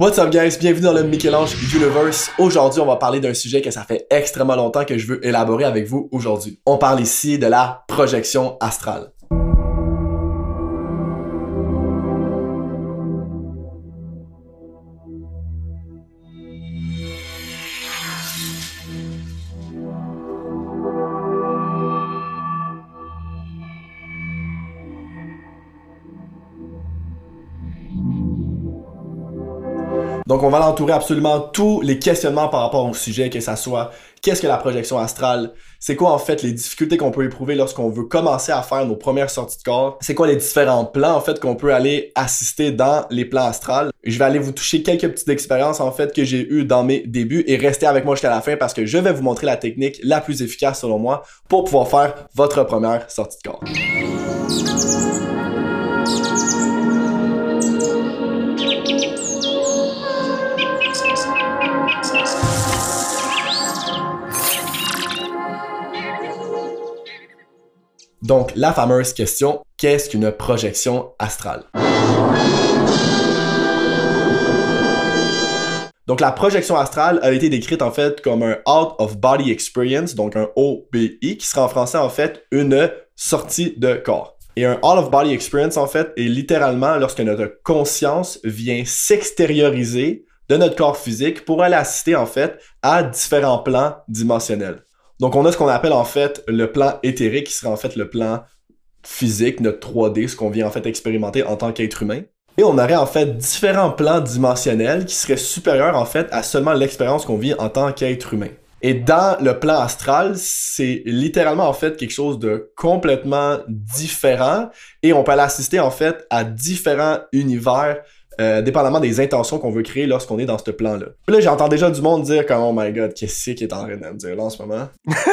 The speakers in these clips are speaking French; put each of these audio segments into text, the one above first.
What's up guys, bienvenue dans le Michel-Ange Universe. Aujourd'hui, on va parler d'un sujet que ça fait extrêmement longtemps que je veux élaborer avec vous aujourd'hui. On parle ici de la projection astrale. Donc, on va l'entourer absolument tous les questionnements par rapport au sujet, que ça soit qu'est-ce que la projection astrale, c'est quoi en fait les difficultés qu'on peut éprouver lorsqu'on veut commencer à faire nos premières sorties de corps, c'est quoi les différents plans en fait qu'on peut aller assister dans les plans astrales. Je vais aller vous toucher quelques petites expériences en fait que j'ai eues dans mes débuts et restez avec moi jusqu'à la fin parce que je vais vous montrer la technique la plus efficace selon moi pour pouvoir faire votre première sortie de corps. Donc, la fameuse question, qu'est-ce qu'une projection astrale? Donc, la projection astrale a été décrite en fait comme un Out of Body Experience, donc un OBI, qui sera en français en fait une sortie de corps. Et un Out of Body Experience en fait est littéralement lorsque notre conscience vient s'extérioriser de notre corps physique pour aller assister en fait à différents plans dimensionnels. Donc, on a ce qu'on appelle en fait le plan éthérique qui serait en fait le plan physique, notre 3D, ce qu'on vient en fait expérimenter en tant qu'être humain. Et on aurait en fait différents plans dimensionnels qui seraient supérieurs en fait à seulement l'expérience qu'on vit en tant qu'être humain. Et dans le plan astral, c'est littéralement en fait quelque chose de complètement différent et on peut aller assister en fait à différents univers dépendamment des intentions qu'on veut créer lorsqu'on est dans ce plan-là. Puis là, j'entends déjà du monde dire comme « Oh my God, qu'est-ce qu'il est en train de me dire là en ce moment? »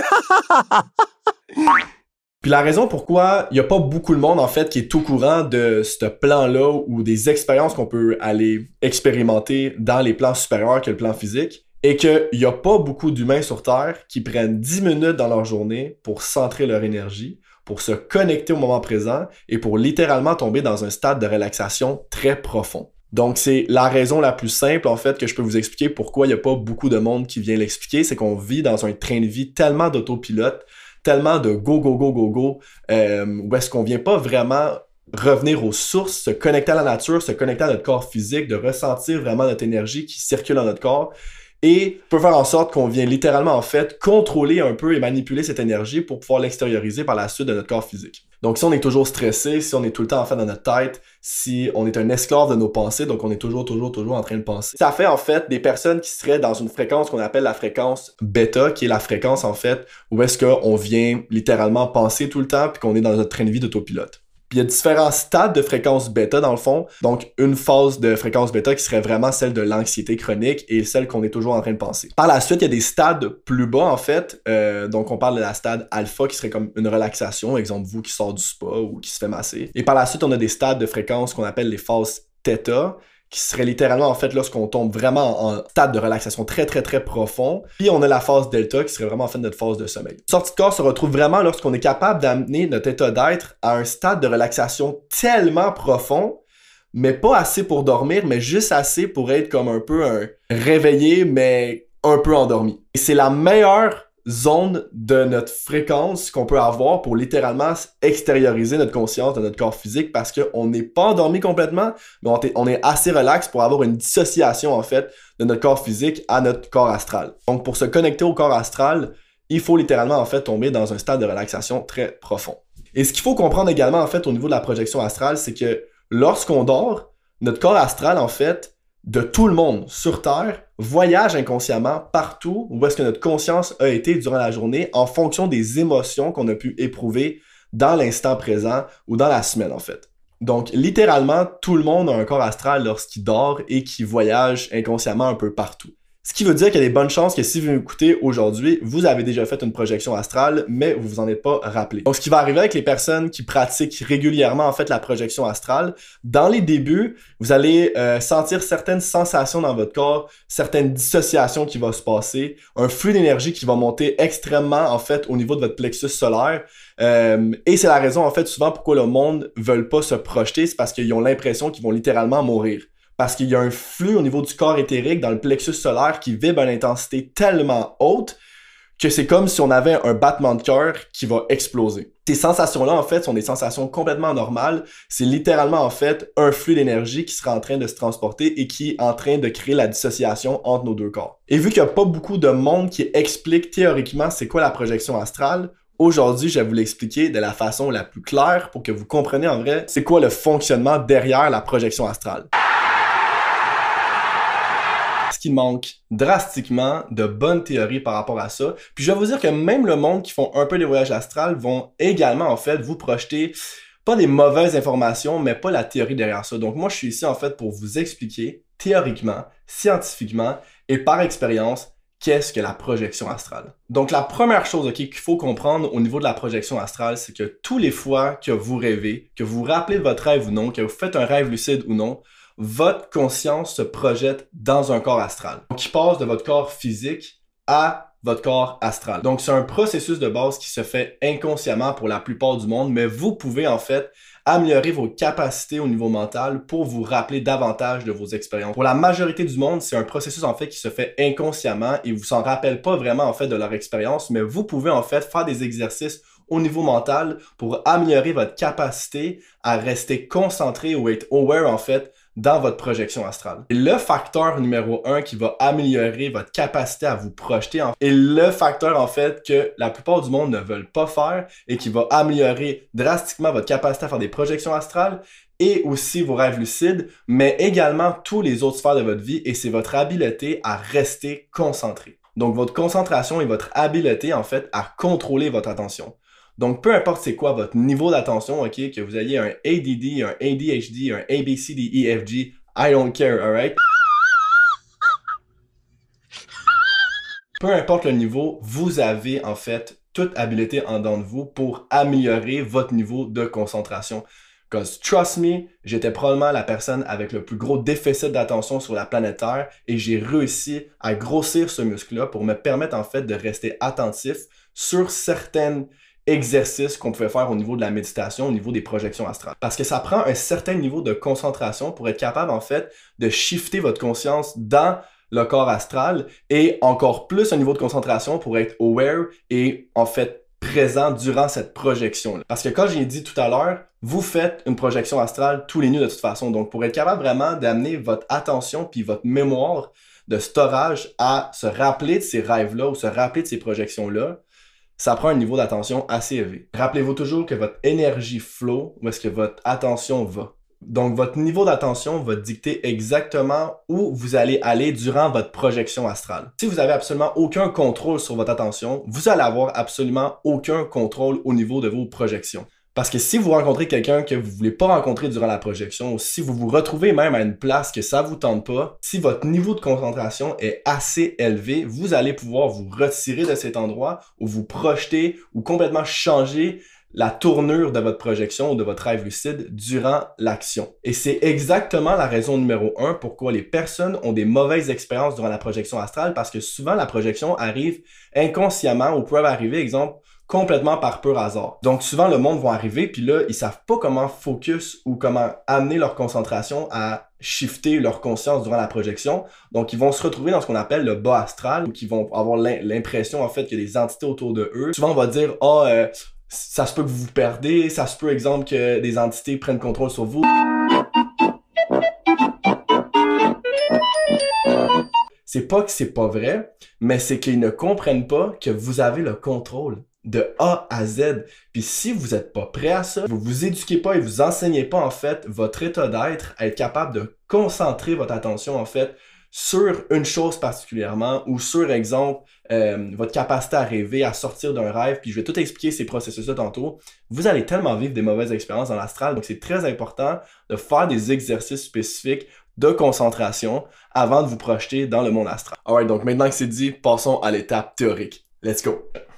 Puis la raison pourquoi il n'y a pas beaucoup de monde en fait qui est au courant de ce plan-là ou des expériences qu'on peut aller expérimenter dans les plans supérieurs que le plan physique est qu'il n'y a pas beaucoup d'humains sur Terre qui prennent 10 minutes dans leur journée pour centrer leur énergie, pour se connecter au moment présent et pour littéralement tomber dans un stade de relaxation très profond. Donc, c'est la raison la plus simple, en fait, que je peux vous expliquer pourquoi il n'y a pas beaucoup de monde qui vient l'expliquer, c'est qu'on vit dans un train de vie tellement d'autopilote, tellement de go, go, go, go, go, où est-ce qu'on vient pas vraiment revenir aux sources, se connecter à la nature, se connecter à notre corps physique, de ressentir vraiment notre énergie qui circule dans notre corps, et peut faire en sorte qu'on vient littéralement, en fait, contrôler un peu et manipuler cette énergie pour pouvoir l'extérioriser par la suite de notre corps physique. Donc, si on est toujours stressé, si on est tout le temps, en fait, dans notre tête, si on est un esclave de nos pensées, donc on est toujours en train de penser, ça fait, en fait, des personnes qui seraient dans une fréquence qu'on appelle la fréquence bêta, qui est la fréquence, en fait, où est-ce qu'on vient littéralement penser tout le temps puis qu'on est dans notre train de vie d'autopilote. Puis il y a différents stades de fréquence bêta dans le fond. Donc une phase de fréquence bêta qui serait vraiment celle de l'anxiété chronique et celle qu'on est toujours en train de penser. Par la suite, il y a des stades plus bas en fait. Donc on parle de la stade alpha qui serait comme une relaxation, exemple vous qui sort du spa ou qui se fait masser. Et par la suite, on a des stades de fréquence qu'on appelle les phases theta, qui serait littéralement en fait lorsqu'on tombe vraiment en stade de relaxation très très très profond. Puis on a la phase delta qui serait vraiment en fait notre phase de sommeil. Sortie de corps se retrouve vraiment lorsqu'on est capable d'amener notre état d'être à un stade de relaxation tellement profond, mais pas assez pour dormir, mais juste assez pour être comme un peu un réveillé, mais un peu endormi. Et c'est la meilleure zone de notre fréquence qu'on peut avoir pour littéralement extérioriser notre conscience de notre corps physique parce qu'on n'est pas endormi complètement, mais on est assez relax pour avoir une dissociation en fait de notre corps physique à notre corps astral. Donc pour se connecter au corps astral, il faut littéralement en fait tomber dans un stade de relaxation très profond. Et ce qu'il faut comprendre également en fait au niveau de la projection astrale, c'est que lorsqu'on dort, notre corps astral en fait de tout le monde sur Terre voyage inconsciemment partout où est-ce que notre conscience a été durant la journée en fonction des émotions qu'on a pu éprouver dans l'instant présent ou dans la semaine en fait. Donc littéralement, tout le monde a un corps astral lorsqu'il dort et qui voyage inconsciemment un peu partout. Ce qui veut dire qu'il y a des bonnes chances que si vous m'écoutez aujourd'hui, vous avez déjà fait une projection astrale, mais vous vous en êtes pas rappelé. Donc, ce qui va arriver avec les personnes qui pratiquent régulièrement, en fait, la projection astrale, dans les débuts, vous allez sentir certaines sensations dans votre corps, certaines dissociations qui vont se passer, un flux d'énergie qui va monter extrêmement, en fait, au niveau de votre plexus solaire. Et c'est la raison, en fait, souvent pourquoi le monde ne veut pas se projeter, c'est parce qu'ils ont l'impression qu'ils vont littéralement mourir. parce qu'il y a un flux au niveau du corps éthérique dans le plexus solaire qui vibre à une intensité tellement haute que c'est comme si on avait un battement de cœur qui va exploser. Ces sensations-là, en fait, sont des sensations complètement normales. C'est littéralement, en fait, un flux d'énergie qui sera en train de se transporter et qui est en train de créer la dissociation entre nos deux corps. Et vu qu'il n'y a pas beaucoup de monde qui explique théoriquement c'est quoi la projection astrale, aujourd'hui, je vais vous l'expliquer de la façon la plus claire pour que vous compreniez en vrai c'est quoi le fonctionnement derrière la projection astrale. Qu'il manque drastiquement de bonnes théories par rapport à ça. Puis je vais vous dire que même le monde qui font un peu des voyages astrales vont également en fait vous projeter pas des mauvaises informations, mais pas la théorie derrière ça. Donc moi je suis ici en fait pour vous expliquer théoriquement, scientifiquement et par expérience qu'est-ce que la projection astrale. Donc la première chose qu'il faut comprendre au niveau de la projection astrale, c'est que tous les fois que vous rêvez, que vous vous rappelez de votre rêve ou non, que vous faites un rêve lucide ou non, votre conscience se projette dans un corps astral. Donc, il passe de votre corps physique à votre corps astral. Donc, c'est un processus de base qui se fait inconsciemment pour la plupart du monde, mais vous pouvez en fait améliorer vos capacités au niveau mental pour vous rappeler davantage de vos expériences. Pour la majorité du monde, c'est un processus en fait qui se fait inconsciemment et vous s'en rappellent pas vraiment en fait de leur expérience, mais vous pouvez en fait faire des exercices au niveau mental pour améliorer votre capacité à rester concentré ou être aware en fait dans votre projection astrale. Et le facteur numéro 1 qui va améliorer votre capacité à vous projeter est le facteur en fait que la plupart du monde ne veulent pas faire et qui va améliorer drastiquement votre capacité à faire des projections astrales et aussi vos rêves lucides, mais également tous les autres sphères de votre vie et c'est votre habileté à rester concentré. Donc votre concentration et votre habileté en fait à contrôler votre attention. Donc, peu importe c'est quoi votre niveau d'attention, ok, que vous ayez un ADD, un ADHD, un ABCDEFG, I don't care, alright? Peu importe le niveau, vous avez en fait toute habileté en dedans de vous pour améliorer votre niveau de concentration. Because trust me, j'étais probablement la personne avec le plus gros déficit d'attention sur la planète Terre et j'ai réussi à grossir ce muscle-là pour me permettre en fait de rester attentif sur certaines exercices qu'on pouvait faire au niveau de la méditation, au niveau des projections astrales. Parce que ça prend un certain niveau de concentration pour être capable, en fait, de shifter votre conscience dans le corps astral et encore plus un niveau de concentration pour être aware et, en fait, présent durant cette projection-là. Parce que comme j'ai dit tout à l'heure, vous faites une projection astrale tous les nuits de toute façon. Donc, pour être capable vraiment d'amener votre attention puis votre mémoire de storage à se rappeler de ces rêves-là ou se rappeler de ces projections-là, ça prend un niveau d'attention assez élevé. Rappelez-vous toujours que votre énergie flow où est-ce que votre attention va. Donc, votre niveau d'attention va dicter exactement où vous allez aller durant votre projection astrale. Si vous avez absolument aucun contrôle sur votre attention, vous allez avoir absolument aucun contrôle au niveau de vos projections. Parce que si vous rencontrez quelqu'un que vous voulez pas rencontrer durant la projection, ou si vous vous retrouvez même à une place que ça vous tente pas, si votre niveau de concentration est assez élevé, vous allez pouvoir vous retirer de cet endroit ou vous projeter ou complètement changer la tournure de votre projection ou de votre rêve lucide durant l'action. Et c'est exactement la raison numéro 1 pourquoi les personnes ont des mauvaises expériences durant la projection astrale, parce que souvent la projection arrive inconsciemment ou peut arriver, exemple, complètement par pur hasard. Donc souvent le monde va arriver puis là ils savent pas comment focus ou comment amener leur concentration à shifter leur conscience durant la projection. Donc ils vont se retrouver dans ce qu'on appelle le bas astral ou qui vont avoir l'impression en fait qu'il y a des entités autour de eux. Souvent on va dire ça se peut que vous vous perdez, ça se peut exemple que des entités prennent contrôle sur vous. C'est pas que c'est pas vrai, mais c'est qu'ils ne comprennent pas que vous avez le contrôle de A à Z. Puis si vous n'êtes pas prêt à ça, vous vous éduquez pas et vous enseignez pas en fait votre état d'être à être capable de concentrer votre attention en fait sur une chose particulièrement ou sur exemple votre capacité à rêver, à sortir d'un rêve, puis je vais tout expliquer ces processus-là tantôt, vous allez tellement vivre des mauvaises expériences dans l'astral, donc c'est très important de faire des exercices spécifiques de concentration avant de vous projeter dans le monde astral. Alright, donc maintenant que c'est dit, passons à l'étape théorique. Let's go!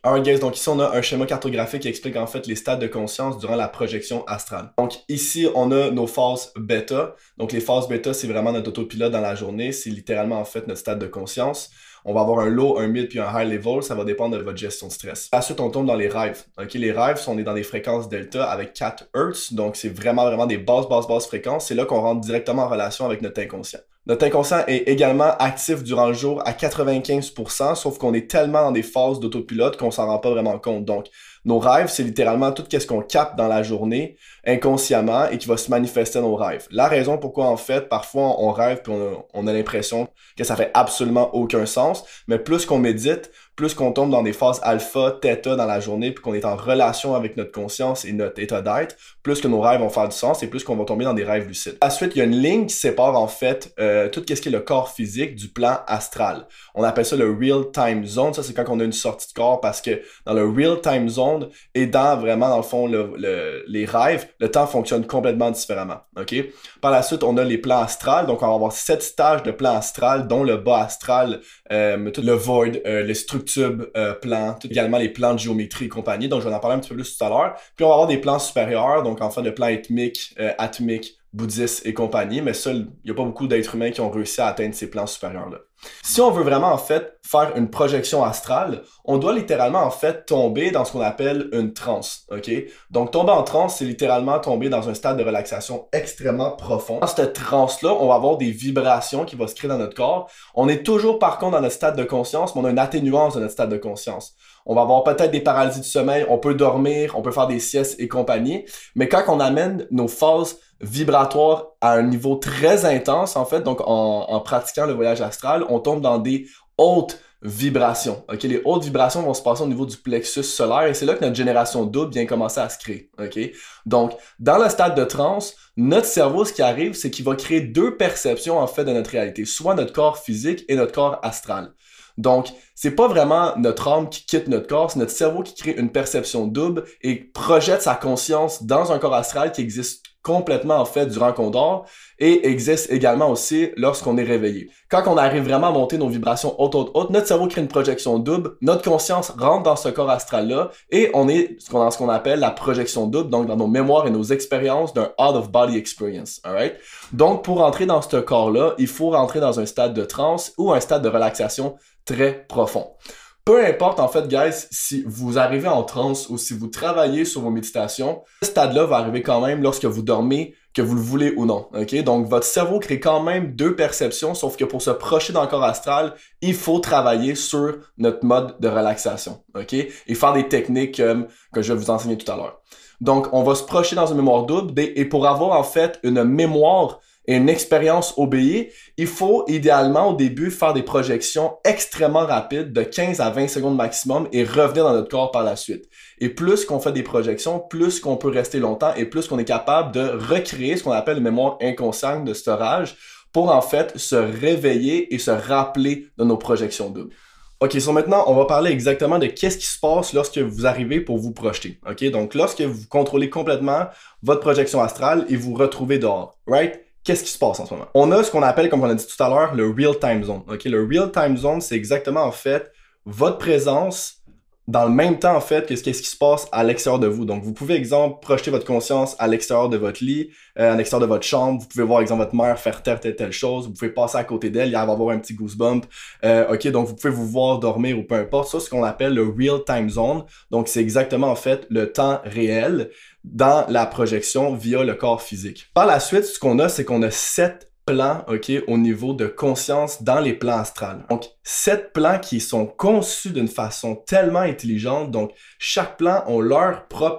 Alright guys, donc ici on a un schéma cartographique qui explique en fait les stades de conscience durant la projection astrale. Donc ici on a nos phases bêta. Donc les phases bêta c'est vraiment notre autopilote dans la journée, c'est littéralement en fait notre stade de conscience. On va avoir un low, un mid puis un high level, ça va dépendre de votre gestion de stress. Ensuite on tombe dans les rêves. Ok, les rêves, on est dans des fréquences delta avec 4 Hz, donc c'est vraiment des basses fréquences. C'est là qu'on rentre directement en relation avec notre inconscient. Notre inconscient est également actif durant le jour à 95%, sauf qu'on est tellement dans des phases d'autopilote qu'on s'en rend pas vraiment compte. Donc, nos rêves, c'est littéralement tout ce qu'on capte dans la journée inconsciemment et qui va se manifester dans nos rêves. La raison pourquoi, en fait, parfois on rêve puis on a l'impression que ça fait absolument aucun sens, mais plus qu'on médite, plus qu'on tombe dans des phases alpha, theta dans la journée, puis qu'on est en relation avec notre conscience et notre état d'être, plus que nos rêves vont faire du sens et plus qu'on va tomber dans des rêves lucides. Ensuite, il y a une ligne qui sépare en fait tout ce qui est le corps physique du plan astral. On appelle ça le real time zone. Ça, c'est quand on a une sortie de corps parce que dans le real time zone et dans vraiment, dans le fond, les rêves, le temps fonctionne complètement différemment. OK? Par la suite, on a les plans astrales. Donc, on va avoir 7 stages de plan astral, dont le bas astral, tout le void, les structures plans, également les plans de géométrie et compagnie, donc je vais en parler un petit peu plus tout à l'heure. Puis on va avoir des plans supérieurs, donc en fait le plan ethmique, atomique, bouddhiste et compagnie, mais ça, il n'y a pas beaucoup d'êtres humains qui ont réussi à atteindre ces plans supérieurs-là. Si on veut vraiment en fait faire une projection astrale, on doit littéralement en fait tomber dans ce qu'on appelle une transe, ok? Donc tomber en transe, c'est littéralement tomber dans un stade de relaxation extrêmement profond. Dans cette transe-là, on va avoir des vibrations qui vont se créer dans notre corps. On est toujours par contre dans notre stade de conscience, mais on a une atténuance de notre stade de conscience. On va avoir peut-être des paralysies du sommeil, on peut dormir, on peut faire des siestes et compagnie, mais quand on amène nos phases vibratoires à un niveau très intense, en fait, donc en pratiquant le voyage astral, on tombe dans des hautes vibrations. Ok, les hautes vibrations vont se passer au niveau du plexus solaire et c'est là que notre génération double vient commencer à se créer. Ok, donc dans le stade de transe, notre cerveau, ce qui arrive, c'est qu'il va créer deux perceptions en fait de notre réalité, soit notre corps physique et notre corps astral. Donc, c'est pas vraiment notre âme qui quitte notre corps, c'est notre cerveau qui crée une perception double et projette sa conscience dans un corps astral qui existe complètement en fait durant qu'on dort et existe également aussi lorsqu'on est réveillé. Quand on arrive vraiment à monter nos vibrations hautes, notre cerveau crée une projection double, notre conscience rentre dans ce corps astral-là et on est dans ce qu'on appelle la projection double, donc dans nos mémoires et nos expériences d'un out-of-body experience. Alright? Donc, pour entrer dans ce corps-là, il faut rentrer dans un stade de transe ou un stade de relaxation très profond. Peu importe, en fait, guys, si vous arrivez en transe ou si vous travaillez sur vos méditations, ce stade-là va arriver quand même lorsque vous dormez, que vous le voulez ou non. Ok? Donc, votre cerveau crée quand même deux perceptions, sauf que pour se projeter dans le corps astral, il faut travailler sur notre mode de relaxation. Ok? Et faire des techniques que je vais vous enseigner tout à l'heure. Donc, on va se projeter dans une mémoire double et pour avoir en fait une mémoire et une expérience obéie, il faut idéalement au début faire des projections extrêmement rapides de 15 à 20 secondes maximum et revenir dans notre corps par la suite. Et plus qu'on fait des projections, plus qu'on peut rester longtemps et plus qu'on est capable de recréer ce qu'on appelle une mémoire inconsciente de storage pour en fait se réveiller et se rappeler de nos projections doubles. Ok, so maintenant, on va parler exactement de qu'est-ce qui se passe lorsque vous arrivez pour vous projeter. Ok, donc lorsque vous contrôlez complètement votre projection astrale et vous retrouvez dehors, right? Qu'est-ce qui se passe en ce moment? On a ce qu'on appelle, comme on a dit tout à l'heure, le real time zone. Ok, le real time zone, c'est exactement en fait votre présence dans le même temps en fait que ce qui se passe à l'extérieur de vous. Donc vous pouvez exemple projeter votre conscience à l'extérieur de votre lit, à l'extérieur de votre chambre. Vous pouvez voir exemple votre mère faire telle chose. Vous pouvez passer à côté d'elle, il va avoir un petit goosebump. Ok, donc vous pouvez vous voir dormir ou peu importe. Ça, c'est ce qu'on appelle le real time zone. Donc c'est exactement en fait le temps réel dans la projection via le corps physique. Par la suite, ce qu'on a, c'est qu'on a 7 plans, ok, au niveau de conscience dans les plans astrales. Donc, 7 plans qui sont conçus d'une façon tellement intelligente. Donc, chaque plan a leur propre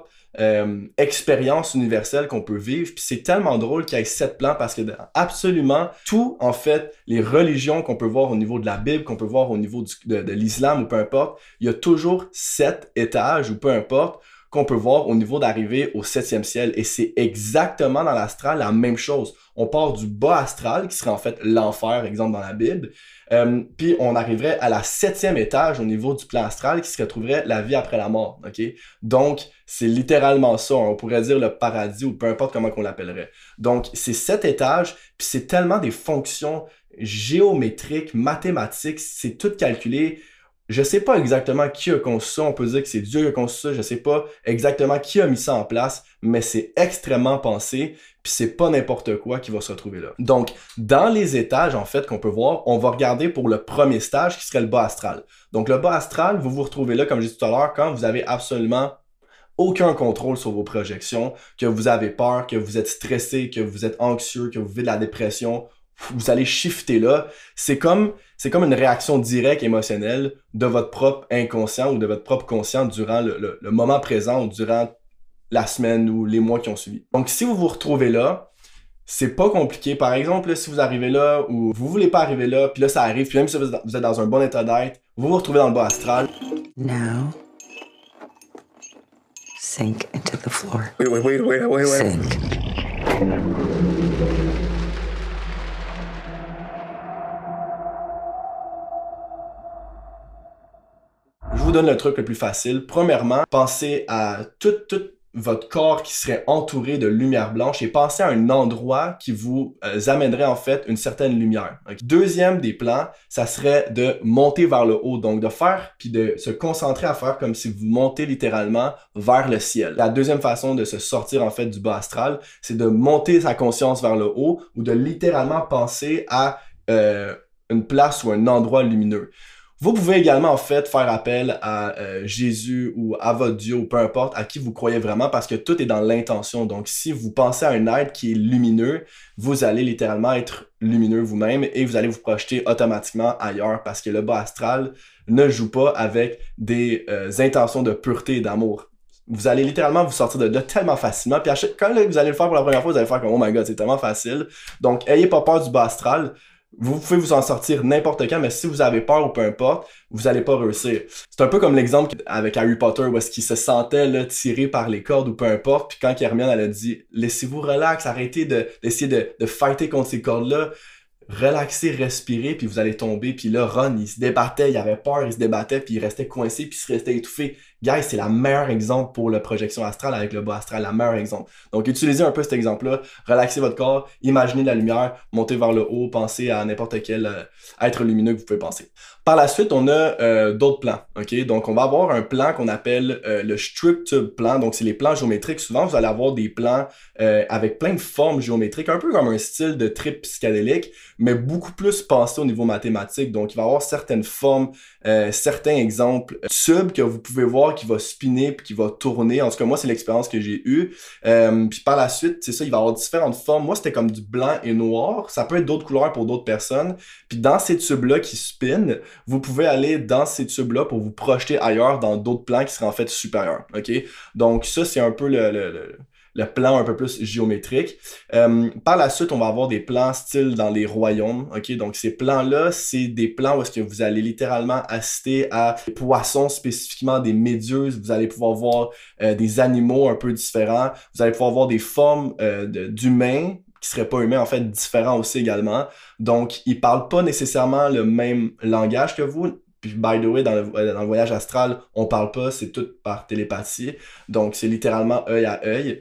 expérience universelle qu'on peut vivre. Puis c'est tellement drôle qu'il y ait 7 plans parce que absolument tout, en fait, les religions qu'on peut voir au niveau de la Bible, qu'on peut voir au niveau de l'islam ou peu importe, il y a toujours 7 étages ou peu importe qu'on peut voir au niveau d'arriver au 7e ciel. Et c'est exactement dans l'astral la même chose. On part du bas astral, qui serait en fait l'enfer, exemple dans la Bible, puis on arriverait à la 7e étage au niveau du plan astral, qui se retrouverait la vie après la mort. Ok? Donc, c'est littéralement ça. On pourrait dire le paradis ou peu importe comment qu'on l'appellerait. Donc, c'est 7 étages, puis c'est tellement des fonctions géométriques, mathématiques, c'est tout calculé Je sais pas exactement qui a conçu ça, on peut dire que c'est Dieu qui a conçu ça, je sais pas exactement qui a mis ça en place, mais c'est extrêmement pensé, puis c'est pas n'importe quoi qui va se retrouver là. Donc, dans les étages, en fait, qu'on peut voir, on va regarder pour le premier stage qui serait le bas astral. Donc, le bas astral, vous vous retrouvez là, comme j'ai dit tout à l'heure, quand vous avez absolument aucun contrôle sur vos projections, que vous avez peur, que vous êtes stressé, que vous êtes anxieux, que vous vivez de la dépression, vous allez shifter là. C'est comme une réaction directe émotionnelle de votre propre inconscient ou de votre propre conscient durant le moment présent ou durant la semaine ou les mois qui ont suivi. Donc, si vous vous retrouvez là, c'est pas compliqué. Par exemple, là, si vous arrivez là ou vous voulez pas arriver là, puis là, ça arrive, puis même si vous êtes dans un bon état d'être, vous vous retrouvez dans le bas astral. Now, sink into the floor. Wait. Sink. Je vous donne le truc le plus facile. Premièrement, pensez à tout votre corps qui serait entouré de lumière blanche et pensez à un endroit qui vous amènerait en fait une certaine lumière. Okay? Deuxième des plans, ça serait de monter vers le haut, donc de faire puis de se concentrer à faire comme si vous montez littéralement vers le ciel. La deuxième façon de se sortir en fait du bas astral, c'est de monter sa conscience vers le haut ou de littéralement penser à une place ou un endroit lumineux. Vous pouvez également en fait faire appel à Jésus ou à votre Dieu ou peu importe à qui vous croyez vraiment parce que tout est dans l'intention. Donc si vous pensez à un être qui est lumineux, vous allez littéralement être lumineux vous-même et vous allez vous projeter automatiquement ailleurs parce que le bas astral ne joue pas avec des intentions de pureté et d'amour. Vous allez littéralement vous sortir de là tellement facilement. Puis quand vous allez le faire pour la première fois, vous allez faire comme « Oh my God, c'est tellement facile ». Donc ayez pas peur du bas astral. Vous pouvez vous en sortir n'importe quand, mais si vous avez peur ou peu importe, vous allez pas réussir. C'est un peu comme l'exemple avec Harry Potter où est-ce qu'il se sentait là, tiré par les cordes ou peu importe, puis quand Hermione elle a dit « Laissez-vous relax, arrêtez d'essayer de fighter contre ces cordes-là, relaxez, respirez, puis vous allez tomber. » Puis là, Ron, il se débattait, il avait peur, il se débattait, puis il restait coincé, puis il se restait étouffé. Guys, c'est la meilleure exemple pour la projection astrale avec le bas astral, la meilleure exemple. Donc, utilisez un peu cet exemple-là, relaxez votre corps, imaginez la lumière, montez vers le haut, pensez à n'importe quel être lumineux que vous pouvez penser. Par la suite, on a d'autres plans, ok? Donc, on va avoir un plan qu'on appelle le structured plan. Donc, c'est les plans géométriques. Souvent, vous allez avoir des plans avec plein de formes géométriques, un peu comme un style de trip psychédélique, mais beaucoup plus pensé au niveau mathématique. Donc, il va y avoir certaines formes, certains exemples subs que vous pouvez voir qui va spinner puis qui va tourner. En tout cas, moi, c'est l'expérience que j'ai eue. Puis par la suite, c'est ça, il va y avoir différentes formes. Moi, c'était comme du blanc et noir. Ça peut être d'autres couleurs pour d'autres personnes. Puis dans ces tubes-là qui spinent, vous pouvez aller dans ces tubes-là pour vous projeter ailleurs dans d'autres plans qui seraient en fait supérieurs. OK? Donc ça, c'est un peu le plan un peu plus géométrique. Par la suite, on va avoir des plans style dans les royaumes. Ok, donc ces plans-là, c'est des plans où est-ce que vous allez littéralement assister à des poissons, spécifiquement des méduses. Vous allez pouvoir voir des animaux un peu différents. Vous allez pouvoir voir des formes d'humains qui seraient pas humains, en fait, différents aussi également. Donc, ils parlent pas nécessairement le même langage que vous. Puis, by the way, dans le voyage astral, on parle pas, c'est tout par télépathie. Donc, c'est littéralement œil à œil.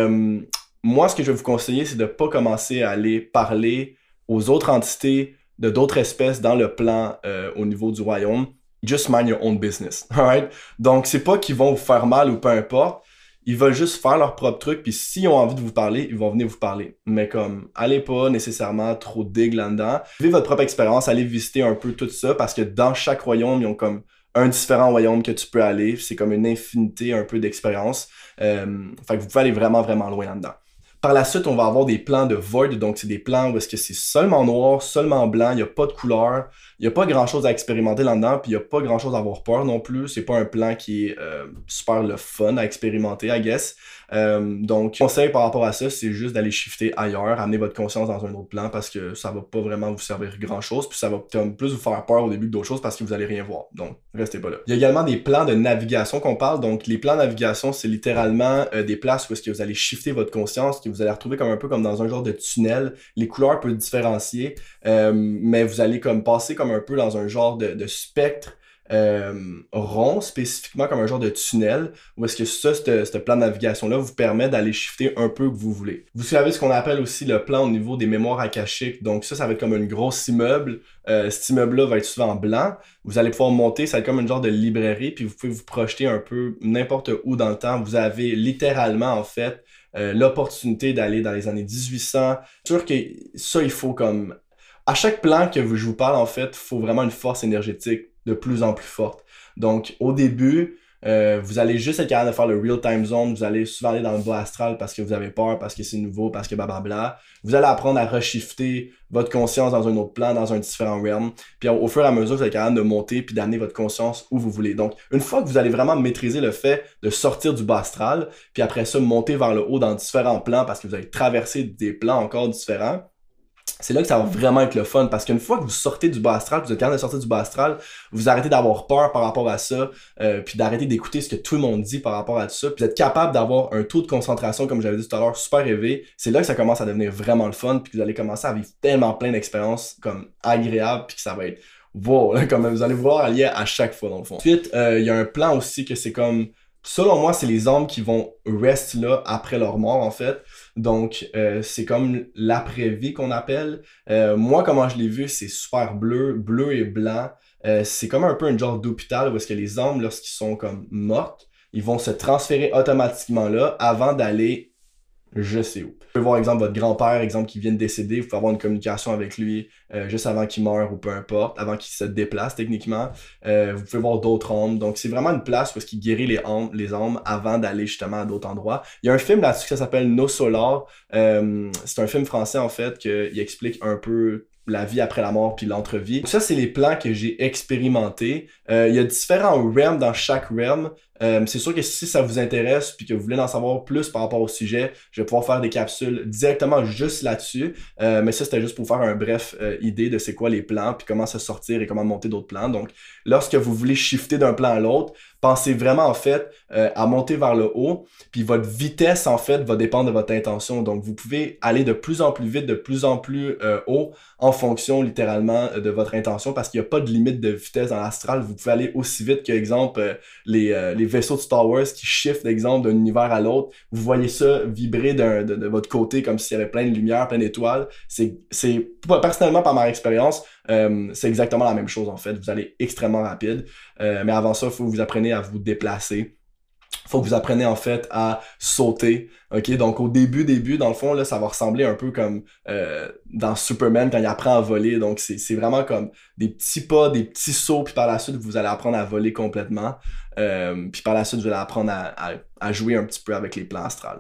Moi, ce que je vais vous conseiller, c'est de pas commencer à aller parler aux autres entités de d'autres espèces dans le plan au niveau du royaume. Just mind your own business. Alright? Donc, c'est pas qu'ils vont vous faire mal ou peu importe. Ils veulent juste faire leur propre truc, puis s'ils ont envie de vous parler, ils vont venir vous parler. Mais comme, allez pas nécessairement trop dig là-dedans. Vivez votre propre expérience, allez visiter un peu tout ça, parce que dans chaque royaume, ils ont comme un différent royaume que tu peux aller. C'est comme une infinité un peu d'expérience. Fait que vous pouvez aller vraiment, vraiment loin là-dedans. Par la suite, on va avoir des plans de void, donc c'est des plans où est-ce que c'est seulement noir, seulement blanc, il n'y a pas de couleur, il n'y a pas grand-chose à expérimenter là-dedans, puis il n'y a pas grand-chose à avoir peur non plus. C'est pas un plan qui est super le fun à expérimenter, I guess. Donc, conseil par rapport à ça, c'est juste d'aller shifter ailleurs, amener votre conscience dans un autre plan parce que ça va pas vraiment vous servir grand-chose, puis ça va plus vous faire peur au début que d'autres choses parce que vous allez rien voir. Donc, restez pas là. Il y a également des plans de navigation qu'on parle. Donc, les plans de navigation, c'est littéralement des places où est-ce que vous allez shifter votre conscience, que vous allez retrouver comme un peu comme dans un genre de tunnel. Les couleurs peuvent différencier, mais vous allez comme passer comme un peu dans un genre de spectre rond, spécifiquement comme un genre de tunnel, où est-ce que ce plan de navigation-là vous permet d'aller shifter un peu que vous voulez. Vous savez ce qu'on appelle aussi le plan au niveau des mémoires akashiques. Donc ça va être comme une grosse immeuble. Cet immeuble-là va être souvent blanc. Vous allez pouvoir monter, ça va être comme une genre de librairie, puis vous pouvez vous projeter un peu n'importe où dans le temps. Vous avez littéralement, en fait, l'opportunité d'aller dans les années 1800. C'est sûr que ça, il faut comme... À chaque plan que je vous parle, en fait, il faut vraiment une force énergétique de plus en plus forte. Donc, au début, vous allez juste être capable de faire le real time zone. Vous allez souvent aller dans le bas astral parce que vous avez peur, parce que c'est nouveau, parce que blablabla. Vous allez apprendre à reshifter votre conscience dans un autre plan, dans un différent realm. Puis au fur et à mesure, vous êtes capable de monter puis d'amener votre conscience où vous voulez. Donc, une fois que vous allez vraiment maîtriser le fait de sortir du bas astral, puis après ça, monter vers le haut dans différents plans parce que vous allez traverser des plans encore différents, c'est là que ça va vraiment être le fun, parce qu'une fois que vous sortez du bas astral, que vous êtes capable de sortir du bas astral, vous arrêtez d'avoir peur par rapport à ça, puis d'arrêter d'écouter ce que tout le monde dit par rapport à tout ça, puis vous êtes capable d'avoir un taux de concentration, comme j'avais dit tout à l'heure, super élevé. C'est là que ça commence à devenir vraiment le fun, puis que vous allez commencer à vivre tellement plein d'expériences comme agréables, puis que ça va être wow, là, comme vous allez voir allier à chaque fois dans le fond. Ensuite, il y a un plan aussi que c'est comme, selon moi, c'est les âmes qui vont rest là après leur mort en fait. Donc, c'est comme l'après-vie qu'on appelle. Moi, comment je l'ai vu, c'est super bleu et blanc. C'est comme un peu un genre d'hôpital où est-ce que les âmes, lorsqu'ils sont comme mortes, ils vont se transférer automatiquement là avant d'aller je sais où. Vous pouvez voir, exemple, votre grand-père, exemple, qui vient de décéder, vous pouvez avoir une communication avec lui juste avant qu'il meure ou peu importe, avant qu'il se déplace techniquement. Vous pouvez voir d'autres âmes. Donc, c'est vraiment une place où est-ce qu'il guérit les âmes avant d'aller justement à d'autres endroits. Il y a un film là-dessus qui s'appelle No Solar. C'est un film français, en fait, qui explique un peu la vie après la mort puis l'entrevie. Ça, c'est les plans que j'ai expérimentés. Il y a différents realms dans chaque realm. C'est sûr que si ça vous intéresse puis que vous voulez en savoir plus par rapport au sujet, je vais pouvoir faire des capsules directement juste là-dessus. Mais ça, c'était juste pour faire un bref idée de c'est quoi les plans puis comment se sortir et comment monter d'autres plans. Donc, lorsque vous voulez shifter d'un plan à l'autre, pensez vraiment en fait à monter vers le haut, puis votre vitesse en fait va dépendre de votre intention. Donc vous pouvez aller de plus en plus vite, de plus en plus haut en fonction littéralement de votre intention, parce qu'il n'y a pas de limite de vitesse dans l'astral. Vous pouvez aller aussi vite que exemple les vaisseaux de Star Wars qui shiftent d'exemple d'un univers à l'autre. Vous voyez ça vibrer de votre côté comme s'il y avait plein de lumière, plein d'étoiles. C'est personnellement par ma expérience, c'est exactement la même chose en fait. Vous allez extrêmement rapide. Mais avant ça, il faut que vous appreniez à vous déplacer. Faut que vous appreniez en fait à sauter. Ok, donc au début, dans le fond, là, ça va ressembler un peu comme dans Superman quand il apprend à voler. Donc c'est vraiment comme des petits pas, des petits sauts, puis par la suite, vous allez apprendre à voler complètement. Puis par la suite, vous allez apprendre à jouer un petit peu avec les plans astrales.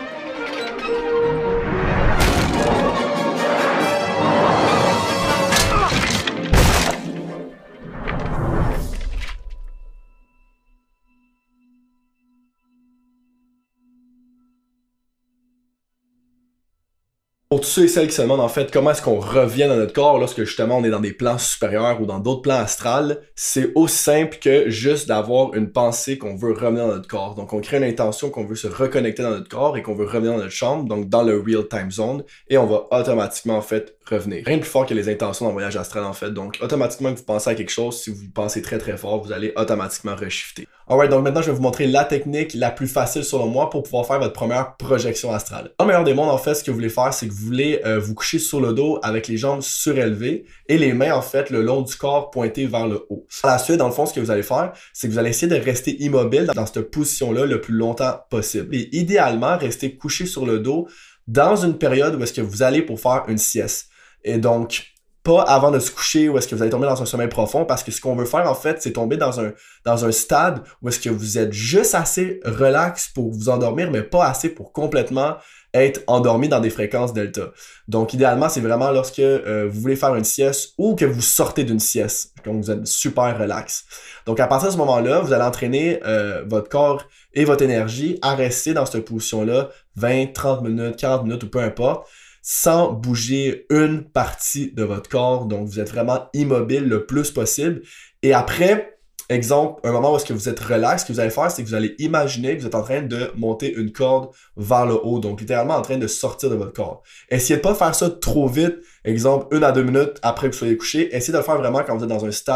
Pour tous ceux et celles qui se demandent en fait comment est-ce qu'on revient dans notre corps lorsque justement on est dans des plans supérieurs ou dans d'autres plans astrales, c'est aussi simple que juste d'avoir une pensée qu'on veut revenir dans notre corps. Donc on crée une intention qu'on veut se reconnecter dans notre corps et qu'on veut revenir dans notre chambre, donc dans le real time zone, et on va automatiquement en fait revenir. Rien de plus fort que les intentions dans le voyage astral en fait. Donc automatiquement que vous pensez à quelque chose, si vous pensez très très fort, vous allez automatiquement reshifter. Alright, donc maintenant je vais vous montrer la technique la plus facile selon moi pour pouvoir faire votre première projection astrale. Dans le meilleur des mondes en fait, ce que vous voulez faire, c'est que vous voulez vous coucher sur le dos avec les jambes surélevées et les mains en fait le long du corps pointées vers le haut. Par la suite, dans le fond, ce que vous allez faire, c'est que vous allez essayer de rester immobile dans cette position-là le plus longtemps possible. Et idéalement, rester couché sur le dos dans une période où est-ce que vous allez pour faire une sieste. Et donc, pas avant de se coucher ou est-ce que vous allez tomber dans un sommeil profond, parce que ce qu'on veut faire en fait, c'est tomber dans un stade où est-ce que vous êtes juste assez relax pour vous endormir, mais pas assez pour complètement être endormi dans des fréquences delta. Donc idéalement, c'est vraiment lorsque vous voulez faire une sieste ou que vous sortez d'une sieste, donc vous êtes super relax. Donc à partir de ce moment-là, vous allez entraîner votre corps et votre énergie à rester dans cette position-là 20, 30 minutes, 40 minutes ou peu importe, sans bouger une partie de votre corps. Donc, vous êtes vraiment immobile le plus possible. Et après, exemple, un moment où est-ce que vous êtes relax, ce que vous allez faire, c'est que vous allez imaginer que vous êtes en train de monter une corde vers le haut. Donc, littéralement en train de sortir de votre corps. Essayez de pas faire ça trop vite. Exemple, 1 à 2 minutes après que vous soyez couché. Essayez de le faire vraiment quand vous êtes dans un stade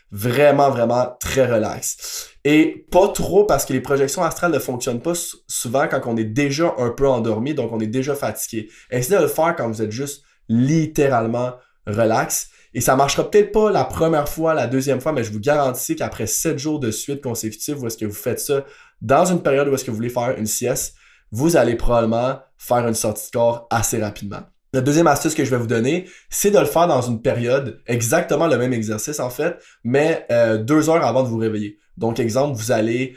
vraiment, vraiment très relax. Et pas trop parce que les projections astrales ne fonctionnent pas souvent quand on est déjà un peu endormi, donc on est déjà fatigué. Essayez de le faire quand vous êtes juste littéralement relax. Et ça marchera peut-être pas la première fois, la deuxième fois, mais je vous garantis qu'après 7 jours de suite consécutifs où est-ce que vous faites ça dans une période où est-ce que vous voulez faire une sieste, vous allez probablement faire une sortie de corps assez rapidement. La deuxième astuce que je vais vous donner, c'est de le faire dans une période, exactement le même exercice en fait, mais 2 heures avant de vous réveiller. Donc exemple, vous allez,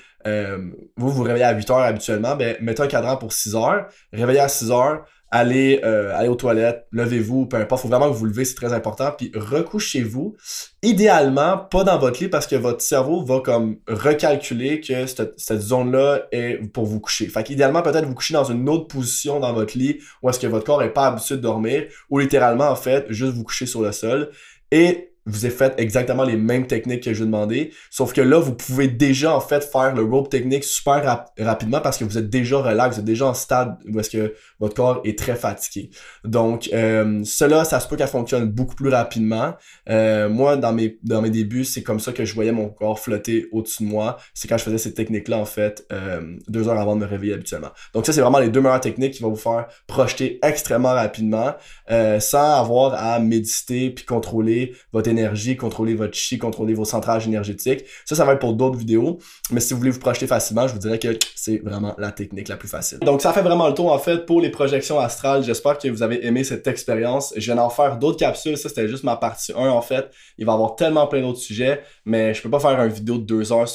vous réveillez à 8 heures habituellement, ben mettez un cadran pour 6 heures, réveillez à 6 heures, allez aux toilettes, levez-vous, peu importe, faut vraiment que vous vous levez, c'est très important, puis recouchez-vous. Idéalement, pas dans votre lit parce que votre cerveau va comme recalculer que cette zone-là est pour vous coucher. Fait qu'idéalement, peut-être vous coucher dans une autre position dans votre lit où est-ce que votre corps est pas habitué de dormir, ou littéralement, en fait, juste vous coucher sur le sol. Et vous avez fait exactement les mêmes techniques que je vous ai demandé, sauf que là, vous pouvez déjà en fait faire le rope technique super rapidement parce que vous êtes déjà relax, vous êtes déjà en stade où est-ce que votre corps est très fatigué. Donc, cela, ça se peut qu'elle fonctionne beaucoup plus rapidement. Moi, dans mes débuts, c'est comme ça que je voyais mon corps flotter au-dessus de moi. C'est quand je faisais ces techniques-là, en fait, 2 heures avant de me réveiller habituellement. Donc ça, c'est vraiment les 2 meilleures techniques qui vont vous faire projeter extrêmement rapidement sans avoir à méditer puis contrôler votre énergie, contrôler votre chi, contrôler vos centrages énergétiques. Ça va être pour d'autres vidéos. Mais si vous voulez vous projeter facilement, je vous dirais que c'est vraiment la technique la plus facile. Donc ça fait vraiment le tour en fait pour les projections astrales. J'espère que vous avez aimé cette expérience. Je viens d'en faire d'autres capsules. Ça, c'était juste ma partie 1 en fait. Il va y avoir tellement plein d'autres sujets, mais je peux pas faire une vidéo de 2 heures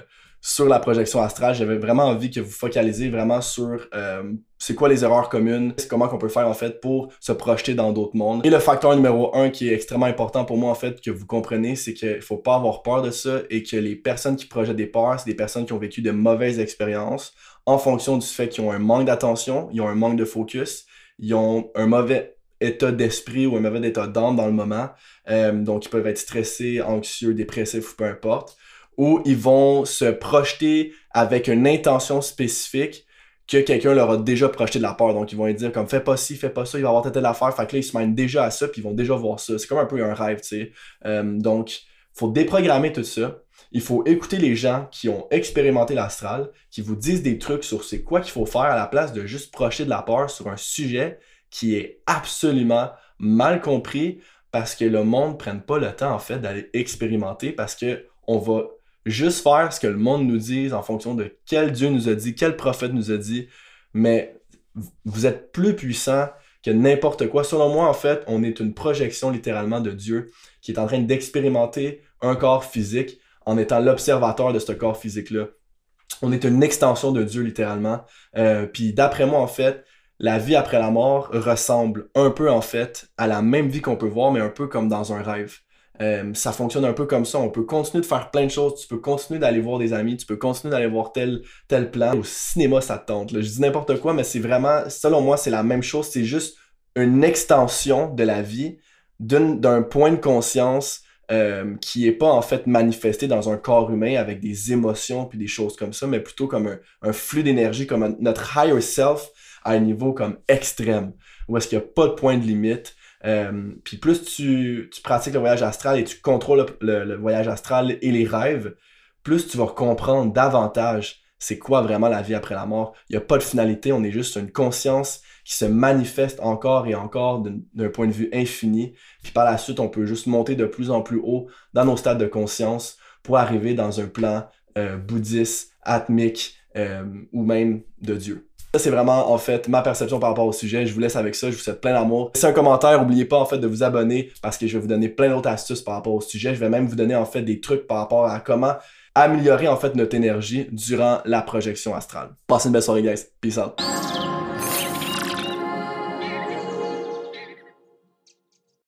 sur la projection astrale. J'avais vraiment envie que vous focalisez vraiment sur c'est quoi les erreurs communes, c'est comment qu'on peut faire en fait pour se projeter dans d'autres mondes. Et le facteur numéro 1 qui est extrêmement important pour moi en fait que vous comprenez, c'est qu'il faut pas avoir peur de ça et que les personnes qui projettent des peurs, c'est des personnes qui ont vécu de mauvaises expériences en fonction du fait qu'ils ont un manque d'attention, ils ont un manque de focus, ils ont un mauvais état d'esprit ou un mauvais état d'âme dans le moment. Donc ils peuvent être stressés, anxieux, dépressifs ou peu importe. Ou ils vont se projeter avec une intention spécifique que quelqu'un leur a déjà projeté de la peur. Donc, ils vont dire comme « fais pas ci, fais pas ça, il va avoir telle affaire ». Fait que là, ils se mènent déjà à ça, puis ils vont déjà voir ça. C'est comme un peu un rêve, tu sais. Donc, il faut déprogrammer tout ça. Il faut écouter les gens qui ont expérimenté l'astral, qui vous disent des trucs sur c'est quoi qu'il faut faire à la place de juste projeter de la peur sur un sujet qui est absolument mal compris parce que le monde ne prenne pas le temps, en fait, d'aller expérimenter parce que on va juste faire ce que le monde nous dit en fonction de quel Dieu nous a dit, quel prophète nous a dit, mais vous êtes plus puissant que n'importe quoi. Selon moi, en fait, on est une projection littéralement de Dieu qui est en train d'expérimenter un corps physique en étant l'observateur de ce corps physique-là. On est une extension de Dieu littéralement. Puis d'après moi, en fait, la vie après la mort ressemble un peu en fait à la même vie qu'on peut voir, mais un peu comme dans un rêve. Ça fonctionne un peu comme ça. On peut continuer de faire plein de choses. Tu peux continuer d'aller voir des amis. Tu peux continuer d'aller voir tel plan. Au cinéma, ça te tente. Là. Je dis n'importe quoi, mais c'est vraiment, selon moi, c'est la même chose. C'est juste une extension de la vie d'un point de conscience qui est pas en fait manifesté dans un corps humain avec des émotions puis des choses comme ça, mais plutôt comme un flux d'énergie, comme notre higher self à un niveau comme extrême, où est-ce qu'il n'y a pas de point de limite. Puis plus tu pratiques le voyage astral et tu contrôles le voyage astral et les rêves, plus tu vas comprendre davantage c'est quoi vraiment la vie après la mort. Il n'y a pas de finalité, on est juste une conscience qui se manifeste encore et encore d'un point de vue infini. Puis par la suite, on peut juste monter de plus en plus haut dans nos stades de conscience pour arriver dans un plan bouddhiste, atmique ou même de Dieu. Ça, c'est vraiment, en fait, ma perception par rapport au sujet. Je vous laisse avec ça. Je vous souhaite plein d'amour. Laissez un commentaire. N'oubliez pas, en fait, de vous abonner parce que je vais vous donner plein d'autres astuces par rapport au sujet. Je vais même vous donner, en fait, des trucs par rapport à comment améliorer, en fait, notre énergie durant la projection astrale. Passez une belle soirée, guys. Peace out.